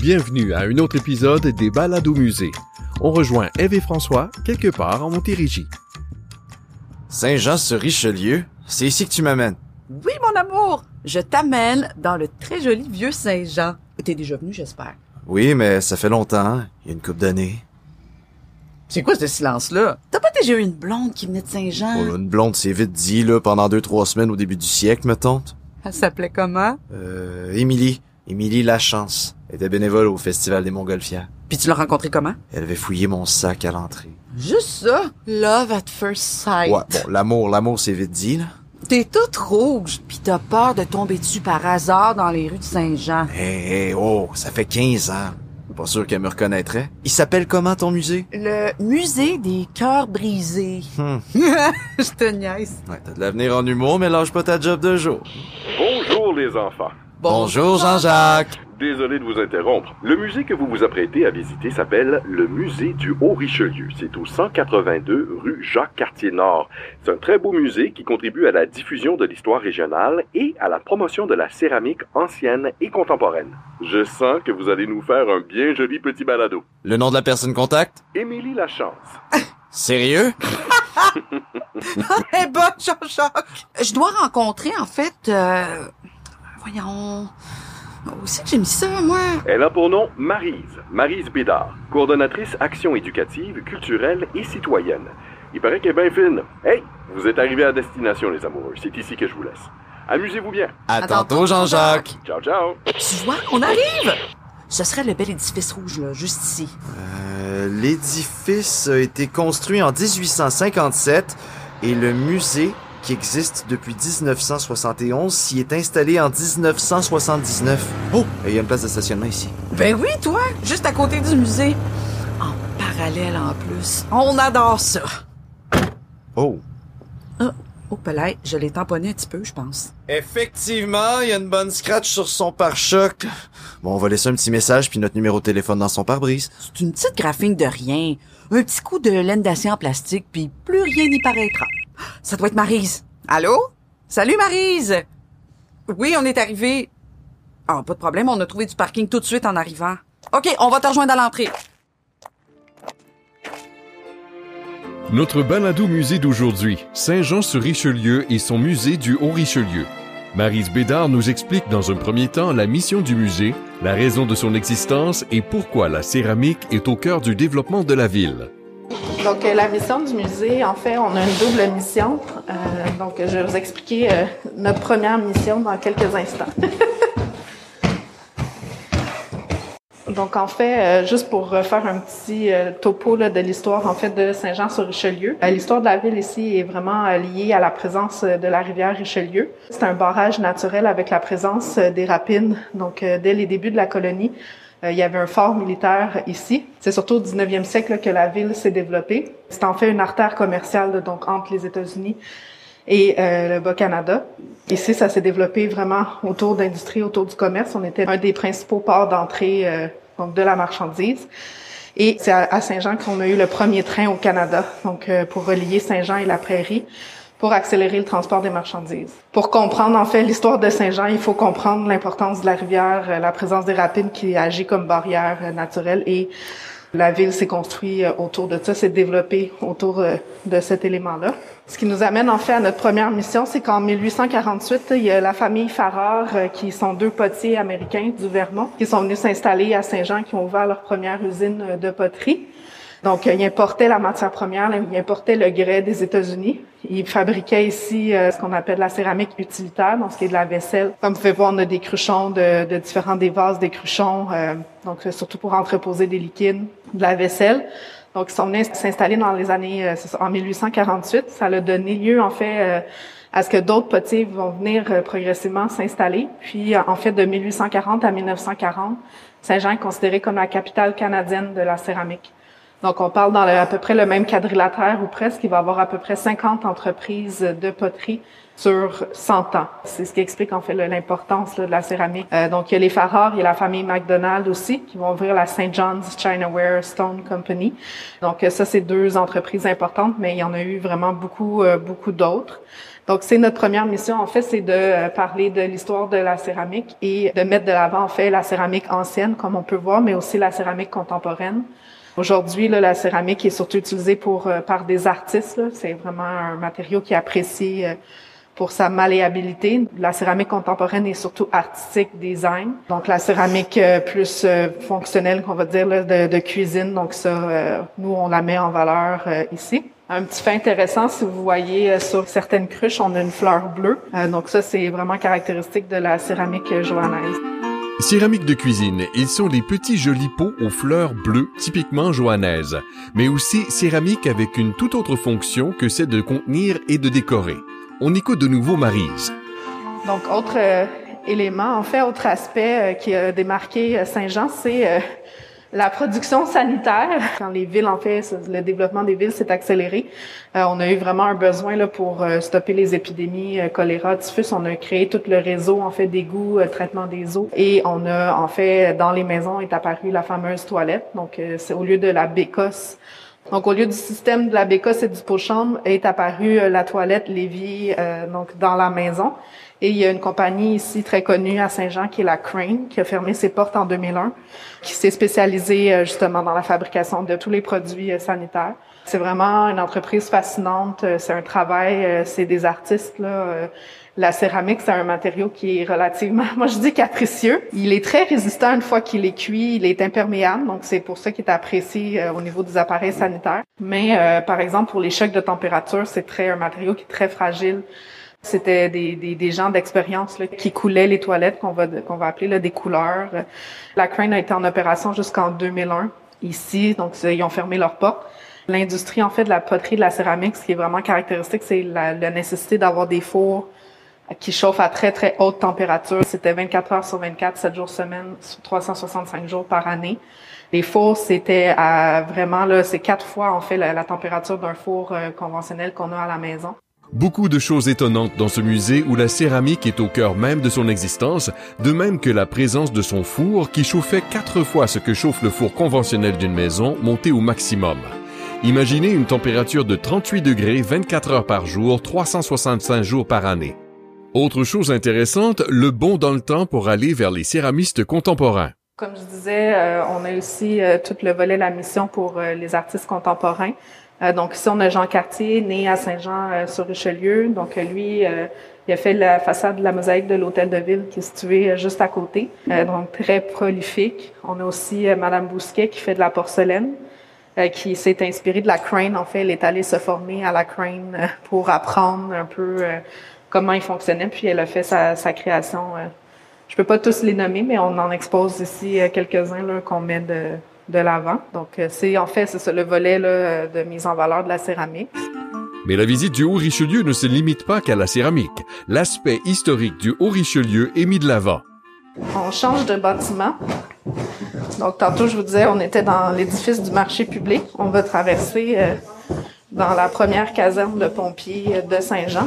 Bienvenue à un autre épisode des Balades au musée. On rejoint Ève et François quelque part en Montérégie. Saint-Jean-sur-Richelieu? C'est ici que tu m'amènes. Oui, mon amour, je t'amène dans le très joli vieux Saint-Jean. T'es déjà venu, j'espère. Oui, mais ça fait longtemps, hein? Il y a une couple d'années. C'est quoi ce silence-là? T'as pas déjà eu une blonde qui venait de Saint-Jean? Oh là, une blonde, c'est vite dit, là, pendant 2-3 semaines au début du siècle, me tante. Elle s'appelait comment? Émilie. Émilie Lachance. Elle était bénévole au Festival des Montgolfières. Puis tu l'as rencontrée comment? Elle avait fouillé mon sac à l'entrée. Juste ça? Love at first sight. Ouais, bon, l'amour, c'est vite dit, là. T'es toute rouge, pis t'as peur de tomber dessus par hasard dans les rues de Saint-Jean. Oh, ça fait 15 ans. Pas sûr qu'elle me reconnaîtrait. Il s'appelle comment ton musée? Le musée des cœurs brisés. Je te niaise. Ouais, t'as de l'avenir en humour, mais lâche pas ta job de jour. Bonjour les enfants. Bonjour Jean-Jacques. Désolé de vous interrompre. Le musée que vous vous apprêtez à visiter s'appelle le musée du Haut-Richelieu. C'est au 182 rue Jacques-Cartier-Nord. C'est un très beau musée qui contribue à la diffusion de l'histoire régionale et à la promotion de la céramique ancienne et contemporaine. Je sens que vous allez nous faire un bien joli petit balado. Le nom de la personne contact? Émilie Lachance. Sérieux? Eh ben, Jean-Jacques. Je dois rencontrer, en fait, voyons... Où c'est que j'ai mis ça, moi? Elle a pour nom Maryse Bédard, coordonnatrice action éducative, culturelle et citoyenne. Il paraît qu'elle est bien fine. Hey, vous êtes arrivés à destination, les amoureux. C'est ici que je vous laisse. Amusez-vous bien. À tantôt, Jean-Jacques. Ciao, ciao. Tu vois, on arrive! Ce serait le bel édifice rouge, là, juste ici. L'édifice a été construit en 1857 et le musée, qui existe depuis 1971, s'y est installé en 1979. Oh! Il y a une place de stationnement ici. Ben oui, toi! Juste à côté du musée. En parallèle, en plus. On adore ça! Oh! Oh, Pelay, je l'ai tamponné un petit peu, je pense. Effectivement, il y a une bonne scratch sur son pare-choc. Bon, on va laisser un petit message puis notre numéro de téléphone dans son pare-brise. C'est une petite graphine de rien. Un petit coup de laine d'acier en plastique, puis plus rien n'y paraîtra. Ça doit être Maryse. Allô? Salut, Maryse! Oui, on est arrivé. Ah, pas de problème, on a trouvé du parking tout de suite en arrivant. OK, on va te rejoindre à l'entrée. Notre balado musée d'aujourd'hui, Saint-Jean-sur-Richelieu et son musée du Haut-Richelieu. Maryse Bédard nous explique dans un premier temps la mission du musée, la raison de son existence et pourquoi la céramique est au cœur du développement de la ville. Donc, la mission du musée, en fait, on a une double mission. Donc, je vais vous expliquer notre première mission dans quelques instants. Donc, en fait, juste pour refaire un petit topo là, de l'histoire, en fait, de Saint-Jean-sur-Richelieu. L'histoire de la ville ici est vraiment liée à la présence de la rivière Richelieu. C'est un barrage naturel avec la présence des rapines. Donc, dès les débuts de la colonie, il y avait un fort militaire ici. C'est surtout au 19e siècle que la ville s'est développée. C'est en fait une artère commerciale donc entre les États-Unis et le Bas-Canada. Ici, ça s'est développé vraiment autour d'industrie, autour du commerce. On était un des principaux ports d'entrée donc de la marchandise. Et c'est à Saint-Jean qu'on a eu le premier train au Canada, donc pour relier Saint-Jean et la Prairie, pour accélérer le transport des marchandises. Pour comprendre, en fait, l'histoire de Saint-Jean, il faut comprendre l'importance de la rivière, la présence des rapides qui agit comme barrière naturelle et la ville s'est construite autour de ça, s'est développée autour de cet élément-là. Ce qui nous amène, en fait, à notre première mission, c'est qu'en 1848, il y a la famille Farrar, qui sont deux potiers américains du Vermont, qui sont venus s'installer à Saint-Jean, qui ont ouvert leur première usine de poterie. Donc, ils importaient la matière première, ils importaient le grès des États-Unis. Ils fabriquaient ici ce qu'on appelle la céramique utilitaire, donc ce qui est de la vaisselle. Comme vous pouvez voir, on a des cruchons de différents, des vases, des cruchons, donc surtout pour entreposer des liquides, de la vaisselle. Donc, ils sont venus s'installer dans les années, en 1848. Ça a donné lieu, en fait, à ce que d'autres potiers vont venir progressivement s'installer. Puis, en fait, de 1840 à 1940, Saint-Jean est considéré comme la capitale canadienne de la céramique. Donc, on parle dans à peu près le même quadrilatère ou presque. Il va y avoir à peu près 50 entreprises de poterie sur 100 ans. C'est ce qui explique en fait l'importance de la céramique. Donc il y a les Farrar, il y a la famille McDonald aussi qui vont ouvrir la St. John's Chinaware Stone Company. Donc ça c'est 2 entreprises importantes, mais il y en a eu vraiment beaucoup d'autres. Donc c'est notre première mission en fait, c'est de parler de l'histoire de la céramique et de mettre de l'avant en fait la céramique ancienne comme on peut voir, mais aussi la céramique contemporaine. Aujourd'hui, là, la céramique est surtout utilisée par des artistes. Là. C'est vraiment un matériau qui est apprécié pour sa malléabilité. La céramique contemporaine est surtout artistique, design. Donc la céramique plus fonctionnelle, qu'on va dire, là, de cuisine. Donc ça, nous, on la met en valeur ici. Un petit fait intéressant, si vous voyez sur certaines cruches, on a une fleur bleue. Donc ça, c'est vraiment caractéristique de la céramique johannaise. Céramique de cuisine, ils sont les petits jolis pots aux fleurs bleues typiquement johannaises, mais aussi céramique avec une toute autre fonction que celle de contenir et de décorer. On écoute de nouveau Maryse. Donc, autre élément, en fait, autre aspect qui a démarqué Saint-Jean, c'est la production sanitaire. Quand les villes, en fait, le développement des villes s'est accéléré, on a eu vraiment un besoin là pour stopper les épidémies choléra, typhus. On a créé tout le réseau, en fait, d'égouts, traitement des eaux. Et on a, en fait, dans les maisons est apparue la fameuse toilette. Donc, c'est au lieu de la bécosse. Donc, au lieu du système de la bécosse et du pot-chambre, est apparue la toilette Lévis, donc dans la maison. Et il y a une compagnie ici très connue à Saint-Jean qui est la Crane, qui a fermé ses portes en 2001, qui s'est spécialisée justement dans la fabrication de tous les produits sanitaires. C'est vraiment une entreprise fascinante. C'est un travail, c'est des artistes là. La céramique, c'est un matériau qui est relativement, moi je dis capricieux. Il est très résistant une fois qu'il est cuit, il est imperméable, donc c'est pour ça qu'il est apprécié au niveau des appareils sanitaires. Mais par exemple, pour les chocs de température, c'est un matériau qui est très fragile. C'était des gens d'expérience là, qui coulaient les toilettes qu'on va appeler là, des couleurs. La Crane a été en opération jusqu'en 2001 ici, donc ils ont fermé leurs portes. L'industrie en fait de la poterie, de la céramique, ce qui est vraiment caractéristique, c'est la nécessité d'avoir des fours qui chauffent à très très haute température. C'était 24 heures sur 24, 7 jours semaine, 365 jours par année. Les fours, c'était vraiment là, c'est 4 fois en fait la température d'un four conventionnel qu'on a à la maison. Beaucoup de choses étonnantes dans ce musée où la céramique est au cœur même de son existence, de même que la présence de son four qui chauffait 4 fois ce que chauffe le four conventionnel d'une maison, monté au maximum. Imaginez une température de 38 degrés 24 heures par jour, 365 jours par année. Autre chose intéressante, le bond dans le temps pour aller vers les céramistes contemporains. Comme je disais, on a aussi tout le volet La Mission pour les artistes contemporains. Donc ici, on a Jean Cartier, né à Saint-Jean-sur-Richelieu. Donc lui, il a fait la façade de la mosaïque de l'Hôtel de Ville qui est située juste à côté. Donc très prolifique. On a aussi Madame Bousquet qui fait de la porcelaine, qui s'est inspirée de la Crane. En fait, elle est allée se former à la Crane pour apprendre un peu comment il fonctionnait. Puis elle a fait sa création. Je peux pas tous les nommer, mais on en expose ici quelques-uns là, qu'on met de l'avant. Donc, c'est ça, le volet là, de mise en valeur de la céramique. Mais la visite du Haut-Richelieu ne se limite pas qu'à la céramique. L'aspect historique du Haut-Richelieu est mis de l'avant. On change de bâtiment. Donc, tantôt, je vous disais, on était dans l'édifice du marché public. On va traverser dans la première caserne de pompiers de Saint-Jean.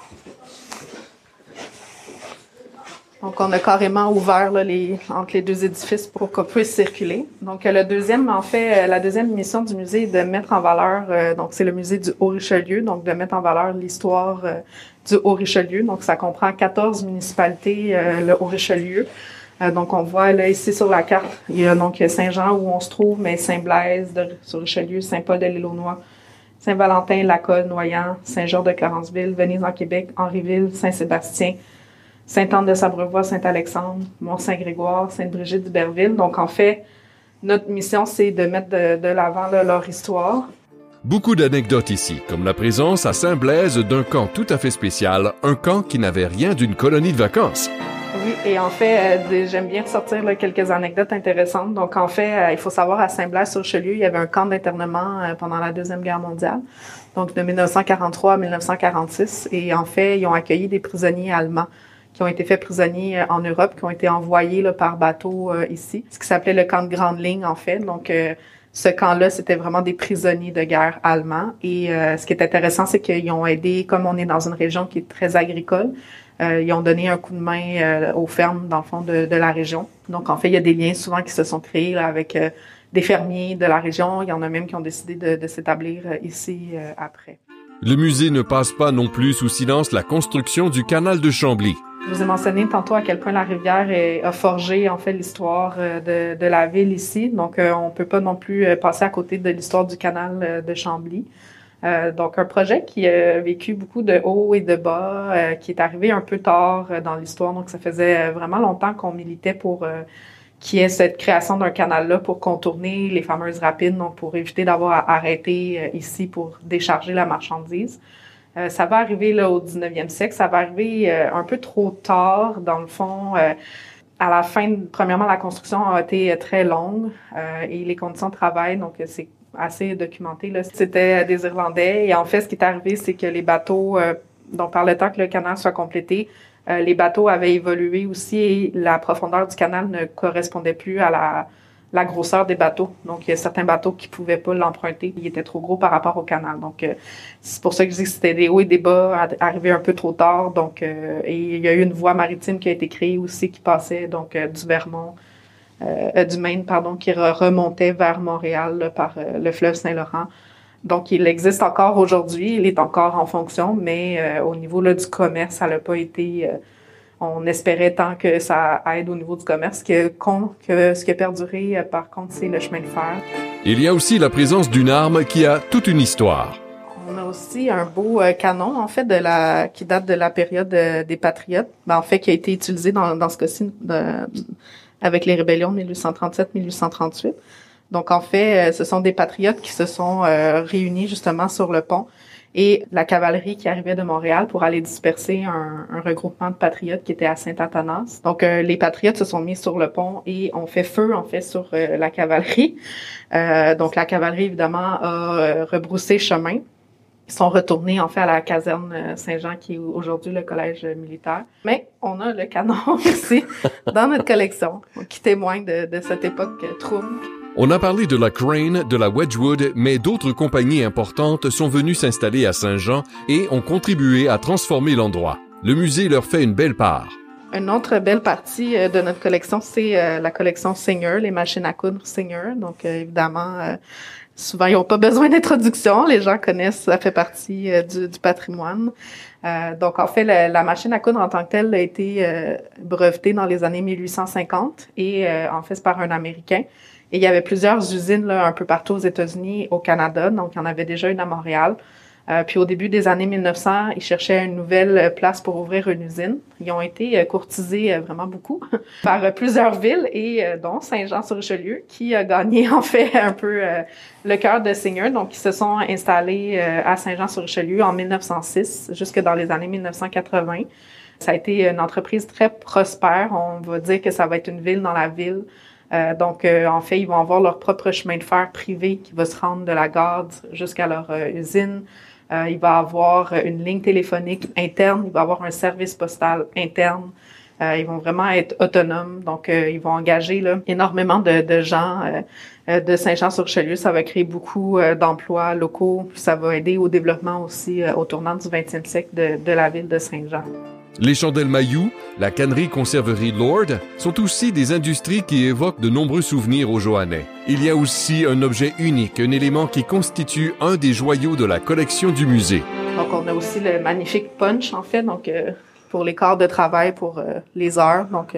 Donc, on a carrément ouvert là, entre les 2 édifices pour qu'on puisse circuler. Donc, la deuxième mission du musée est de mettre en valeur, donc c'est le musée du Haut-Richelieu, donc de mettre en valeur l'histoire du Haut-Richelieu. Donc, ça comprend 14 municipalités, le Haut-Richelieu. Donc, on voit là ici sur la carte, il y a donc Saint-Jean où on se trouve, mais Saint-Blaise sur Richelieu, Saint-Paul de l'Île-aux-Noix, Saint-Valentin, Lacolle, Noyant, Saint-Georges de Clarenceville, Venise en Québec, Henrieville, Saint-Sébastien, Sainte-Anne-de-Sabrevois, Saint-Alexandre, Mont-Saint-Grégoire, Sainte-Brigitte d'Iberville. Donc, en fait, notre mission, c'est de mettre de l'avant là, leur histoire. Beaucoup d'anecdotes ici, comme la présence à Saint-Blaise d'un camp tout à fait spécial, un camp qui n'avait rien d'une colonie de vacances. Oui, et en fait, j'aime bien ressortir là, quelques anecdotes intéressantes. Donc, en fait, il faut savoir, à Saint-Blaise-sur-Richelieu, il y avait un camp d'internement pendant la Deuxième Guerre mondiale, donc de 1943 à 1946. Et en fait, ils ont accueilli des prisonniers allemands qui ont été faits prisonniers en Europe, qui ont été envoyés là, par bateau ici, ce qui s'appelait le camp de Grande Ligne, en fait. Donc, ce camp-là, c'était vraiment des prisonniers de guerre allemands. Et ce qui est intéressant, c'est qu'ils ont aidé, comme on est dans une région qui est très agricole, ils ont donné un coup de main aux fermes, dans le fond, de la région. Donc, en fait, il y a des liens souvent qui se sont créés là, avec des fermiers de la région. Il y en a même qui ont décidé de s'établir ici après. Le musée ne passe pas non plus sous silence la construction du canal de Chambly. Je vous ai mentionné tantôt à quel point la rivière a forgé en fait l'histoire de la ville ici. Donc, on peut pas non plus passer à côté de l'histoire du canal de Chambly. Donc, un projet qui a vécu beaucoup de hauts et de bas, qui est arrivé un peu tard dans l'histoire. Donc, ça faisait vraiment longtemps qu'on militait pour qu'il y ait cette création d'un canal-là pour contourner les fameuses rapides, donc pour éviter d'avoir à arrêter ici pour décharger la marchandise. Ça va arriver là au 19e siècle, ça va arriver un peu trop tard, dans le fond. À la fin, premièrement, la construction a été très longue et les conditions de travail, donc c'est assez documenté, là. C'était des Irlandais et en fait, ce qui est arrivé, c'est que les bateaux, donc par le temps que le canal soit complété, les bateaux avaient évolué aussi et la profondeur du canal ne correspondait plus à la grosseur des bateaux. Donc, il y a certains bateaux qui pouvaient pas l'emprunter. Ils étaient trop gros par rapport au canal. Donc, c'est pour ça que je dis que c'était des hauts et des bas arrivés un peu trop tard. Donc, et il y a eu une voie maritime qui a été créée aussi qui passait donc du Vermont, du Maine, pardon, qui remontait vers Montréal là, par le fleuve Saint-Laurent. Donc, il existe encore aujourd'hui, il est encore en fonction, mais au niveau là, du commerce, ça n'a pas été... on espérait tant que ça aide au niveau du commerce que ce qui a perduré, par contre, c'est le chemin de fer. Il y a aussi la présence d'une arme qui a toute une histoire. On a aussi un beau canon, en fait, qui date de la période des Patriotes, en fait, qui a été utilisé dans ce cas-ci avec les rébellions de 1837-1838. Donc, en fait, ce sont des patriotes qui se sont réunis justement sur le pont et la cavalerie qui arrivait de Montréal pour aller disperser un regroupement de patriotes qui était à Saint-Athanas. Donc, les patriotes se sont mis sur le pont et ont fait feu, en fait, sur la cavalerie. Donc, la cavalerie, évidemment, a rebroussé chemin. Ils sont retournés, en fait, à la caserne Saint-Jean, qui est aujourd'hui le collège militaire. Mais on a le canon aussi dans notre collection, qui témoigne de cette époque trouble. On a parlé de la Crane, de la Wedgwood, mais d'autres compagnies importantes sont venues s'installer à Saint-Jean et ont contribué à transformer l'endroit. Le musée leur fait une belle part. Une autre belle partie de notre collection, c'est la collection Singer, les machines à coudre Singer. Donc, évidemment, souvent, ils n'ont pas besoin d'introduction. Les gens connaissent, ça fait partie du patrimoine. Donc, en fait, la machine à coudre en tant que telle a été brevetée dans les années 1850 et en fait, c'est par un Américain. Et il y avait plusieurs usines là, un peu partout aux États-Unis, au Canada. Donc, il y en avait déjà une à Montréal. Puis au début des années 1900, ils cherchaient une nouvelle place pour ouvrir une usine. Ils ont été courtisés vraiment beaucoup par plusieurs villes, et dont Saint-Jean-sur-Richelieu, qui a gagné en fait un peu le cœur de Singer. Donc, ils se sont installés à Saint-Jean-sur-Richelieu en 1906, jusque dans les années 1980. Ça a été une entreprise très prospère. On va dire que ça va être une ville dans la ville. Donc, en fait, ils vont avoir leur propre chemin de fer privé qui va se rendre de la gare jusqu'à leur usine. Il va avoir une ligne téléphonique interne. Il va avoir un service postal interne. Ils vont vraiment être autonomes. Donc, ils vont engager là, énormément de gens de Saint-Jean-sur-Richelieu. Ça va créer beaucoup d'emplois locaux. Puis ça va aider au développement aussi au tournant du 20e siècle de la ville de Saint-Jean. Les chandelles Mailloux, la cannerie-conserverie Lord sont aussi des industries qui évoquent de nombreux souvenirs aux Joannais. Il y a aussi un objet unique, un élément qui constitue un des joyaux de la collection du musée. Donc, on a aussi le magnifique punch, en fait, donc pour les quarts de travail, pour les heures. Donc,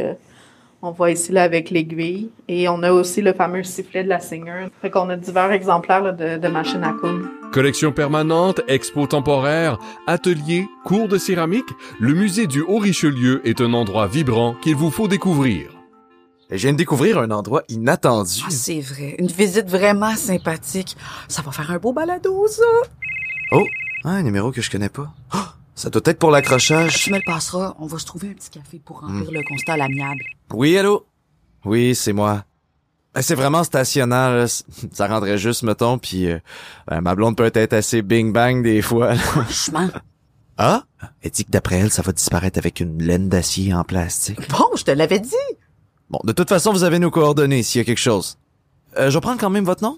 on voit ici là avec l'aiguille. Et on a aussi le fameux sifflet de la Singer. Fait qu'on a divers exemplaires là, de machines à coudre. Collection permanente, expo temporaire, atelier, cours de céramique, le musée du Haut-Richelieu est un endroit vibrant qu'il vous faut découvrir. Je viens de découvrir un endroit inattendu. Ah, c'est vrai. Une visite vraiment sympathique. Ça va faire un beau balado, ça. Oh, un numéro que je connais pas. Oh, ça doit être pour l'accrochage. Tu me le passeras. On va se trouver un petit café pour remplir le constat à l'amiable. Oui, allô? Oui, c'est moi. C'est vraiment stationnaire, là. Ça rendrait juste, mettons, puis ma blonde peut être assez bing-bang des fois. Franchement. Ah? Elle dit que d'après elle, ça va disparaître avec une laine d'acier en plastique. Bon, je te l'avais dit. Bon, de toute façon, vous avez nos coordonnées s'il y a quelque chose. Je vais prendre quand même votre nom?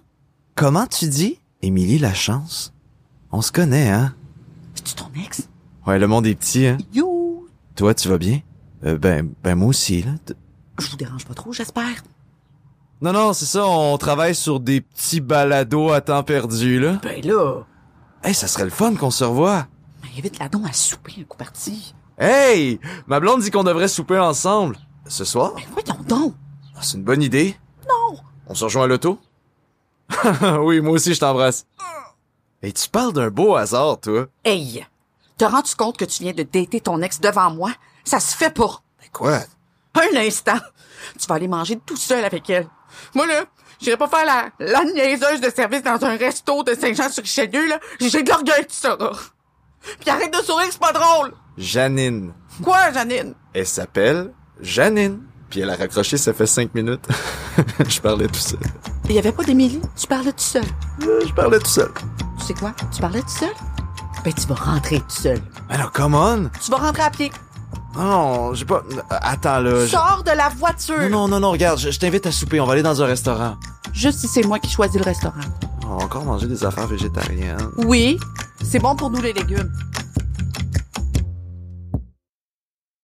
Comment tu dis? Émilie Lachance? On se connaît, hein? C'est-tu ton ex? Ouais, le monde est petit, hein? Yo! Toi, tu vas bien? Ben moi aussi, là. Je vous dérange pas trop, j'espère. Non, c'est ça, on travaille sur des petits balados à temps perdu, là. Ben là, Hey, ça serait le fun qu'on se revoie. invite-la donc à souper un coup parti. Hey! Ma blonde dit qu'on devrait souper ensemble. Ce soir? Ben voyons donc. Ah, c'est une bonne idée. Non! On se rejoint à l'auto? Oui, moi aussi, je t'embrasse. Hey, tu parles d'un beau hasard, toi. Hey! Te rends-tu compte que tu viens de dater ton ex devant moi? Ça se fait pas. Mais quoi? Un instant. Tu vas aller manger tout seul avec elle. Moi, là, j'irai pas faire la niaiseuse de service dans un resto de Saint-Jean-sur-Richelieu, là. J'ai de l'orgueil, tout ça, là. Puis arrête de sourire, c'est pas drôle. Janine. Quoi, Janine? Elle s'appelle Janine. Puis elle a raccroché, ça fait 5 minutes. Je parlais tout seul. Il y avait pas d'Émilie? Tu parlais tout seul. Je parlais tout seul. Tu sais quoi? Tu parlais tout seul? Ben, tu vas rentrer tout seul. Alors, come on! Tu vas rentrer à pied. Non, j'ai pas... Attends, là... Sors de la voiture. Non, regarde, je t'invite à souper, on va aller dans un restaurant. Juste si c'est moi qui choisis le restaurant. On va encore manger des affaires végétariennes. Oui, c'est bon pour nous les légumes.